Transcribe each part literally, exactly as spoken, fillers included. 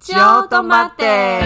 ちょっと待って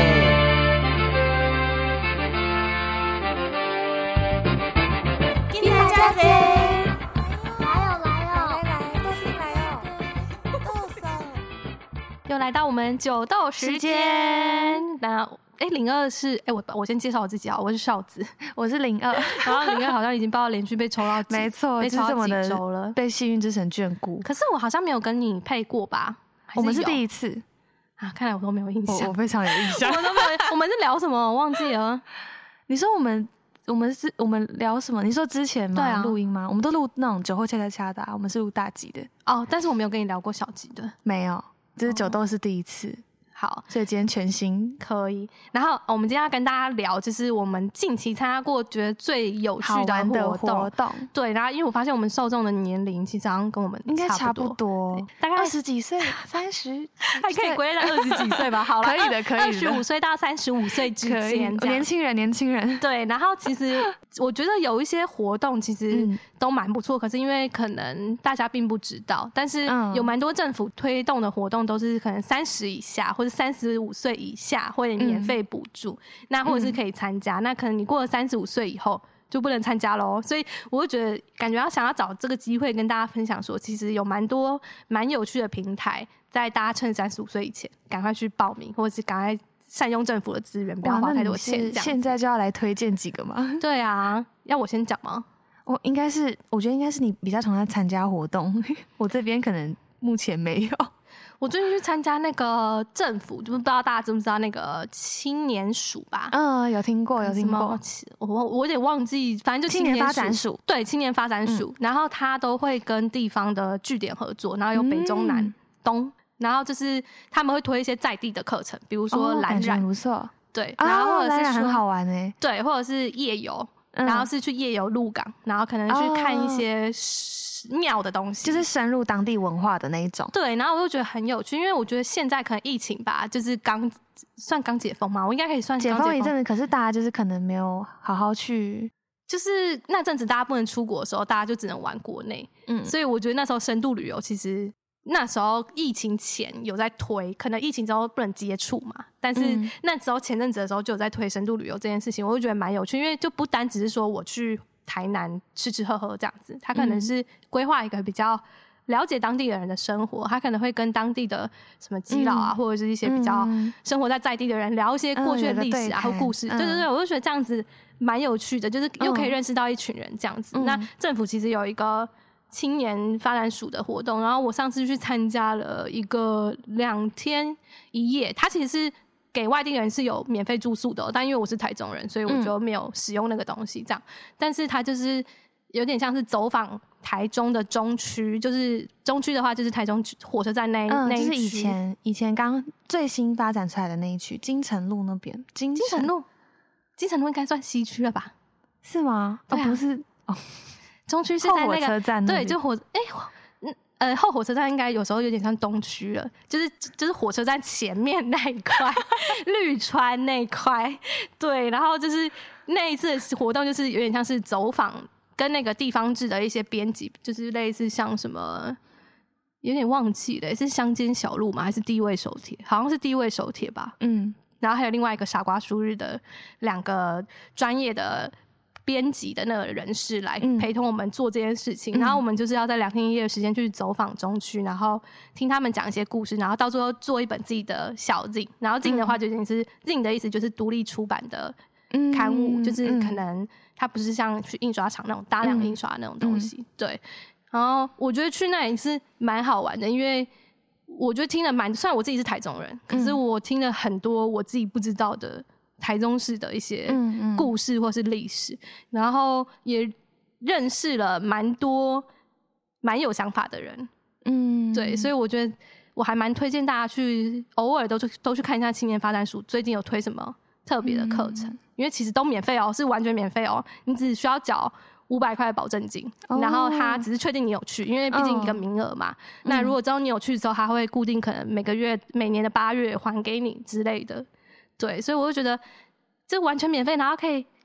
给大家飞来哦来哦来来都是来哦豆手又来到我们酒斗时间。那哎，零二是哎，我我先介绍我自己啊，我是少子， 我是零二， 然后零二好像已经不知道连续被抽到几， 没错， 被抽到几就是这么的周了， 被幸运之神眷顾。 可是我好像没有跟你配过吧？ 我们是第一一次啊，看来我都没有印象， 我我非常有印象我。们都没有，我们是聊什么？我忘记了。 你说我们我们是我们聊什么？你说之前吗？ 对啊录音吗？我们都录那种酒后恰恰恰的、啊，我们是录大集的， 哦，但是我没有跟你聊过小集的。 没有，这是酒斗是第一次， 好， 所以今天全新可以。然后我们今天要跟大家聊，就是我们近期参加过觉得最有趣好玩的活动。 活动， 对，然后因为我发现我们受众的年龄其实好像跟我们应该差差不多， 大概二十几岁、三十， 还可以归类在二十几岁吧。好了， 可以的可以的二十五岁到三十五岁之可以间，这样年轻人，年轻人， 对，然后其实我觉得有一些活动其实嗯都蛮不错，可是因为可能大家并不知道，但是嗯有蛮多政府推动的活动都是可能三十以下或者三十五岁以下会免费补助， 嗯、 那或者是可以参加，那可能你过了三十五岁以后就不能参加咯。所以我就觉得感觉要想要找这个机会跟大家分享说，其实有蛮多蛮有趣的平台，在大家趁三十五岁以前赶快去报名，或者是赶快善用政府的资源，不要花太多钱。这样现在就要来推荐几个吗？ 对啊，要我先讲吗？ 我应该是，我觉得应该是你比较常在参加活动，我这边可能目前没有。 我最近去参加那个政府，就是不知道大家知不知道那个青年署吧？ 嗯，有听过，有听过。 我我有点忘记，反正就青年发展署， 对，青年发展署、嗯。然后他都会跟地方的据点合作，然后有北中南、嗯、东，然后就是他们会推一些在地的课程，比如说蓝染， 哦、不错。 对，然后或者是、 哦、很好玩哎， 对，或者是夜游。嗯、然后是去夜游鹿港，然后可能去看一些庙的东西， 就是深入当地文化的那一种。 对，然后我就觉得很有趣，因为我觉得现在可能疫情吧，就是刚算刚解封嘛，我应该可以算解封一阵子，可是大家就是可能没有好好去， 就是那阵子大家不能出国的时候，大家就只能玩国内，嗯，所以我觉得那时候深度旅游其实。那时候疫情前有在推，可能疫情之后不能接触嘛，但是那时候前阵子的时候就有在推深度旅游这件事情，我就觉得蛮有趣，因为就不单只是说我去台南吃吃喝喝这样子，他可能是规划一个比较了解当地的人的生活，他可能会跟当地的什么基佬啊、嗯，或者是一些比较生活在在地的人聊一些过去的历史啊、嗯、或故事，对对对，我就觉得这样子蛮有趣的，就是又可以认识到一群人这样子。嗯、那政府其实有一个。青年发展署的活动，然后我上次去参加了一个两天一夜，它其实是给外地人是有免费住宿的、哦，但因为我是台中人，所以我就没有使用那个东西这样。嗯、但是它就是有点像是走访台中的中区，就是中区的话就是台中火车站那、 嗯、 那一区， 就是以前以前刚最新发展出来的那一区，金城路那边。金金城路，金城路应该算西区了吧？ 是吗？ 对啊、 哦，不是哦。 中区是在那个后火车站那， 对，就火哎，嗯呃，后火车站应该有时候有点像东区了，就是就是火车站前面那一块，绿川那一块，对，然后就是那一次的活动就是有点像是走访跟那个地方志的一些编辑，就是类似像什么，有点忘记了，是乡间小路吗？还是地位手帖？好像是地位手帖吧，嗯，然后还有另外一个傻瓜书日的两个专业的。编辑的那个人士来陪同我们做这件事情、嗯、然后我们就是要在两天一夜的时间去走访中区，然后听他们讲一些故事，然后到最后做一本自己的小 zine， 然后 zine 的话就已经是 zine 的意思就是独立出版的刊物、嗯、就是可能它不是像去印刷厂那种大量印刷那种东西、嗯、对，然后我觉得去那里是蛮好玩的，因为我觉得听了蛮，虽然我自己是台中人，可是我听了很多我自己不知道的台中市的一些故事或是历史、嗯嗯，然后也认识了蛮多蛮有想法的人，嗯，对，所以我觉得我还蛮推荐大家去偶尔都去都去看一下青年发展署最近有推什么特别的课程、嗯，因为其实都免费哦，是完全免费哦，你只需要缴五百块的保证金、哦，然后他只是确定你有去，因为毕竟一个名额嘛、哦。那如果知道你有去之后，他会固定可能每个月每年的八月还给你之类的。对，所以我就觉得这完全免费，然后可以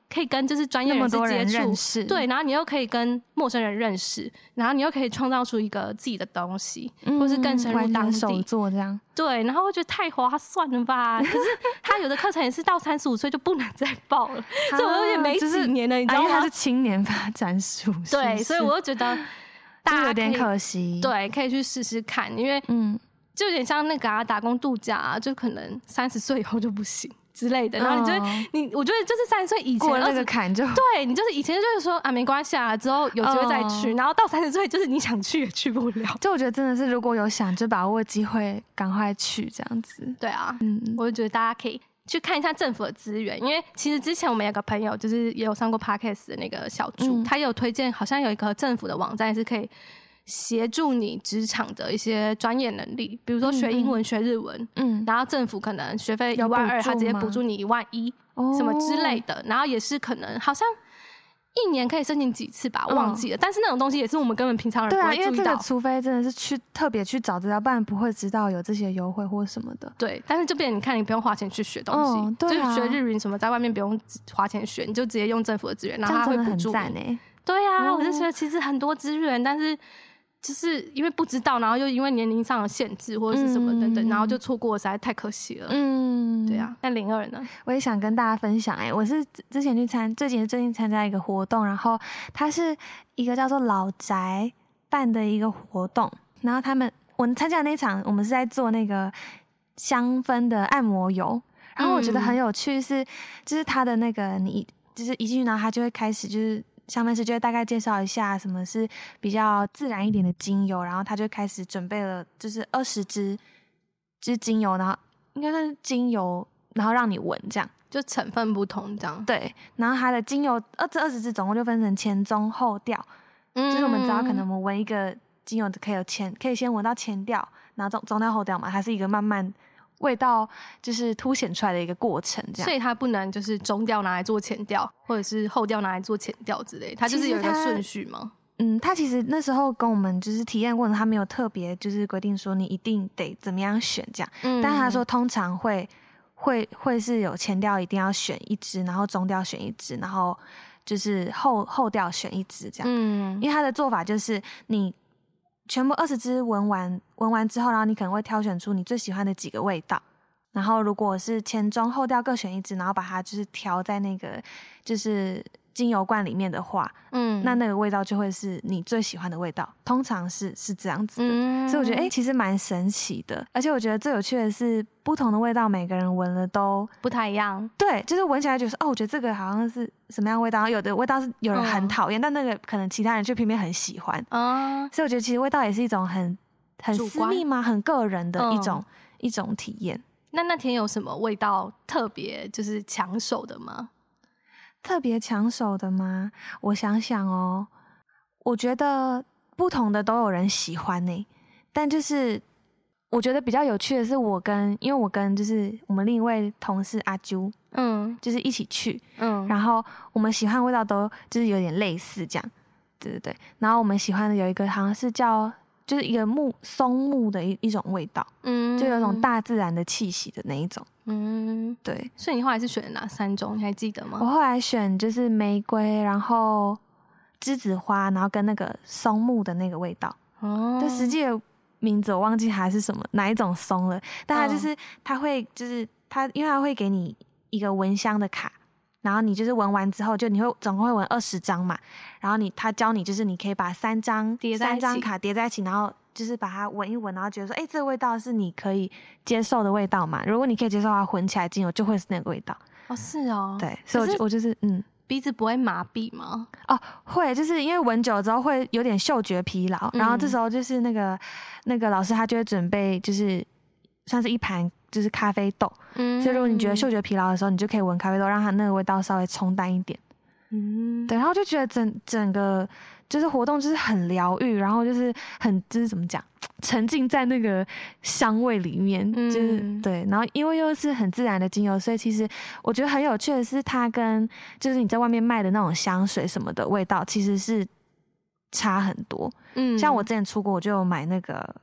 可以跟就是专业人士接触，对，然后你又可以跟陌生人认识，然后你又可以创造出一个自己的东西，嗯、或是更深入当地手做这样。 对，然后我觉得太划算了吧？可是他有的课程也是到三十五岁就不能再报了，所以我有点没几年了，你知道吗？ 因为他是青年发展署， 对，所以我就觉得大家有点可惜， 对，可以去试试看，因为嗯，就有点像那个啊，打工度假、啊，就可能三十岁以后就不行。之类的，然后你就会、哦、你，我觉得就是三十岁以前过了那个坎就对你就是以前就是说啊没关系啊，之后有机会再去，哦、然后到三十岁就是你想去也去不了。 就我觉得真的是如果有想就把握机会赶快去这样子。 对啊，嗯，我就觉得大家可以去看一下政府的资源，因为其实之前我们有个朋友就是也有上过 podcast 的那个小朱，嗯、他也有推荐，好像有一个政府的网站是可以协助你职场的一些专业能力，比如说学英文、嗯、学日文，嗯，然后政府可能学费一万二，他直接补助你一万一，什么之类的，然后也是可能好像一年可以申请几次吧，忘记了。嗯、但是那种东西也是我们根本平常人不会注意到， 对啊，因为这个除非真的是去特别去找资料，不然不会知道有这些优惠或什么的。 对，但是就变成你看，你不用花钱去学东西，哦对啊、就是学日语什么，在外面不用花钱学，你就直接用政府的资源，然后他会补助你。 欸、 对啊，哦、我就觉得其实很多资源，但是。就是因为不知道，然后又因为年龄上的限制或者是什么等等，嗯、然后就错过了，实在太可惜了。嗯，对啊。那零二呢？ 我也想跟大家分享、欸，哎，我是之前去参，最近最近参加一个活动，然后它是一个叫做老宅办的一个活动，然后他们我参加的那一场，我们是在做那个香氛的按摩油，然后我觉得很有趣是，是就是它的那个你就是一进去，然后它就会开始就是。香氛师就会大概介绍一下什么是比较自然一点的精油，然后他就开始准备了就是二十支支精油，然后应该算是精油，然后让你闻这样， 就成分不同这样。 对，然后它的精油二这二十支总共就分成前中后调，嗯，就是我们知道可能我们闻一个精油可以有前可以先闻到前调，然后中中调后调嘛，它是一个慢慢。味道就是凸显出来的一个过程，这样， 所以它不能就是中调拿来做前调，或者是后调拿来做前调之类的，它就是有一个顺序吗？ 嗯，他其实那时候跟我们就是体验过程，他没有特别就是规定说你一定得怎么样选这样，嗯，但是他说通常会会会是有前调一定要选一支，然后中调选一支，然后就是后后调选一支这样，嗯，因为他的做法就是你。全部二十支闻完，闻完之后，然后你可能会挑选出你最喜欢的几个味道，然后如果是前中后调各选一支，然后把它就是调在那个就是精油罐里面的话，嗯，那那个味道就会是你最喜欢的味道，通常是是这样子的，嗯、所以我觉得哎、欸，其实蛮神奇的，而且我觉得最有趣的是，不同的味道每个人闻了都不太一样， 对，就是闻起来觉得哦，我觉得这个好像是什么样的味道，然后有的味道是有人很讨厌，嗯、但那个可能其他人却偏偏很喜欢，嗯，所以我觉得其实味道也是一种很很私密嘛，很个人的一种、嗯、一种体验。 那那天有什么味道特别就是抢手的吗？ 特别抢手的吗？我想想哦，我觉得不同的都有人喜欢呢、欸，但就是我觉得比较有趣的是，我跟因为我跟就是我们另一位同事阿啾，嗯，就是一起去，嗯，然后我们喜欢的味道都就是有点类似这样，对对对，然后我们喜欢的有一个好像是叫。就是一个木松木的一一种味道，嗯，就有一种大自然的气息的那一种，嗯，对。 所以你后来是选哪三种？你还记得吗？ 我后来选就是玫瑰，然后栀子花，然后跟那个松木的那个味道。哦，就实际的名字我忘记它是什么哪一种松了，但它就是它会就是它，因为它会给你一个闻香的卡。然后你就是闻完之后，就你会总共会闻二十张嘛。然后你他教你就是你可以把三张叠在一起， 三张卡叠在一起，然后就是把它闻一闻，然后觉得说，哎，这个味道是你可以接受的味道嘛？如果你可以接受的话，混起来精油就会是那个味道。 哦，是哦， 对，所以我就我就是嗯， 鼻子不会麻痹吗？ 哦，会，就是因为闻久了之后会有点嗅觉疲劳，嗯、然后这时候就是那个那个老师他就会准备就是算是一盘。就是咖啡豆，嗯，所以如果你觉得嗅觉疲劳的时候，你就可以闻咖啡豆，让它那个味道稍微冲淡一点，嗯，对，然后就觉得整整个就是活动就是很疗愈，然后就是很就是怎么讲，沉浸在那个香味里面，嗯、就是对，然后因为又是很自然的精油，所以其实我觉得很有趣的是，它跟就是你在外面卖的那种香水什么的味道其实是差很多，嗯，像我之前出国我就有买那个。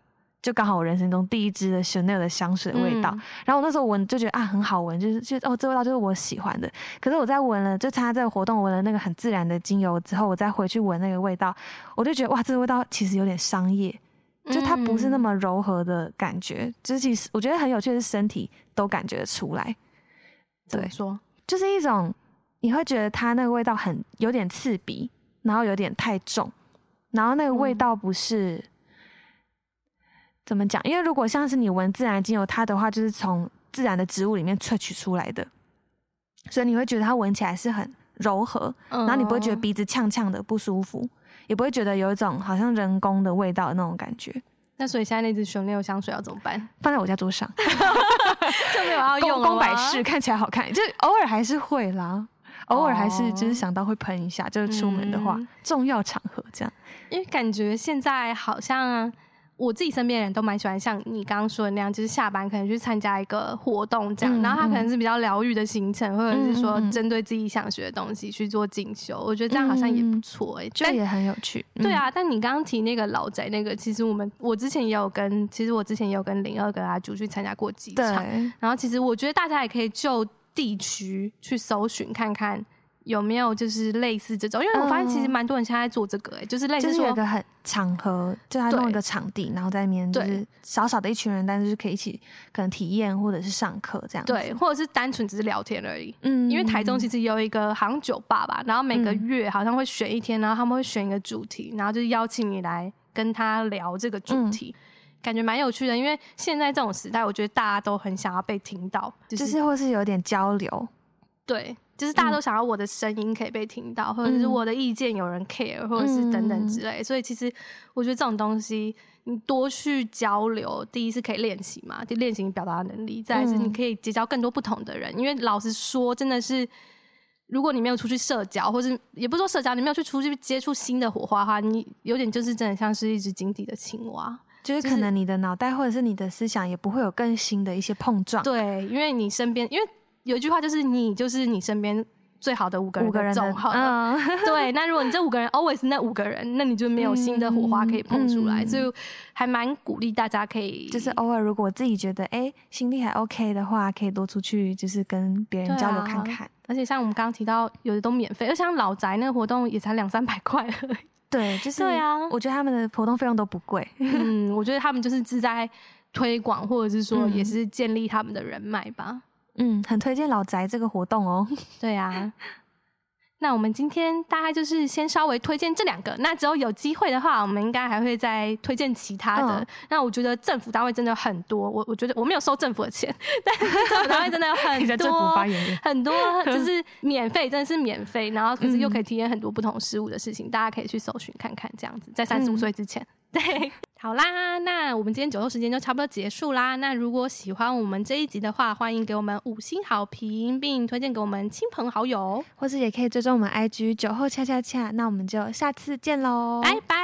就刚好我人生中第一支的 Chanel 的香水的味道，嗯、然后我那时候闻就觉得啊很好闻，就是就哦这味道就是我喜欢的。可是我在闻了就参加这个活动闻了那个很自然的精油之后，我再回去闻那个味道，我就觉得哇这个味道其实有点商业，就它不是那么柔和的感觉，嗯、就是其实我觉得很有趣的是身体都感觉得出来。 怎么说？ 就是一种你会觉得它那个味道很有点刺鼻，然后有点太重，然后那个味道不是。嗯怎么讲？因为如果像是你闻自然精油，它的话就是从自然的植物里面萃取出来的，所以你会觉得它闻起来是很柔和，嗯、然后你不会觉得鼻子呛呛的不舒服，也不会觉得有一种好像人工的味道的那种感觉。 那所以现在那支Chanel香水要怎么办？ 放在我家桌上， 就没有要用了吗？ 公摆式看起来好看，就偶尔还是会啦。偶尔还是就是想到会喷一下，就是出门的话，嗯、重要场合这样。 因为感觉现在好像。我自己身边的人都蛮喜欢像你刚刚说的那样，就是下班可能去参加一个活动这样，嗯、然后他可能是比较疗愈的行程，嗯、或者是说针对自己想学的东西去做进修，嗯、我觉得这样好像也不错哎，欸， 这，嗯、也很有趣。 嗯、对啊，但你刚刚提那个老宅那个，其实我们我之前也有跟，其实我之前也有跟零二跟阿朱去参加过几场，然后其实我觉得大家也可以就地区去搜寻看看。有没有就是类似这种？因为我发现其实蛮多人现在在做这个，哎，嗯，就是类似说， 就是有个很场合，就他弄一个场地，然后在那边就是少少的一群人，但是可以一起可能体验或者是上课这样子， 对，或者是单纯只是聊天而已。嗯，因为台中其实有一个好像酒吧吧，然后每个月好像会选一天，然后他们会选一个主题，然后就是邀请你来跟他聊这个主题。嗯，感觉蛮有趣的，因为现在这种时代，我觉得大家都很想要被听到，就是、 就是或是有点交流， 对。就是大家都想要我的声音可以被听到，嗯、或者是我的意见有人 care， 或者是等等之类。嗯、所以其实我觉得这种东西，你多去交流，第一是可以练习嘛，就练习你表达能力；再来是你可以结交更多不同的人。因为老实说，真的是，如果你没有出去社交，或是也不是说社交，你没有去出去接触新的火花的话，你有点就是真的像是一只井底的青蛙。 就是可能你的脑袋或者是你的思想也不会有更新的一些碰撞。 对，因为你身边，因为。有一句话就是你就是你身边最好的五个人的总和，嗯、对。那如果你这五个人 always 那五个人，那你就没有新的火花可以碰出来，嗯嗯、所以还蛮鼓励大家可以， 就是偶尔如果我自己觉得哎、欸、心力还 OK 的话，可以多出去，就是跟别人交流看看。啊、 而且像我们刚刚提到，有的都免费，而像老宅那个活动也才两三百块而已。 对，就是对啊，我觉得他们的活动费用都不贵。 嗯，我觉得他们就是志在推广，或者是说也是建立他们的人脉吧。 嗯，很推荐老宅这个活动哦。 对啊，那我们今天大概就是先稍微推荐这两个，那之后有机会的话，我们应该还会再推荐其他的。嗯、那我觉得政府单位真的很多，我我觉得我没有收政府的钱，但是政府单位真的有很多， 政府发言人很多就是免费，真的是免费，然后可是又可以体验很多不同事物的事情，嗯、大家可以去搜寻看看，这样子，在三十五岁之前。嗯对，好啦，那我们今天酒后时间就差不多结束啦。那如果喜欢我们这一集的话，欢迎给我们五星好评，并推荐给我们亲朋好友， 或是也可以追踪我们 I G 酒后恰恰恰。那我们就下次见喽， 拜拜。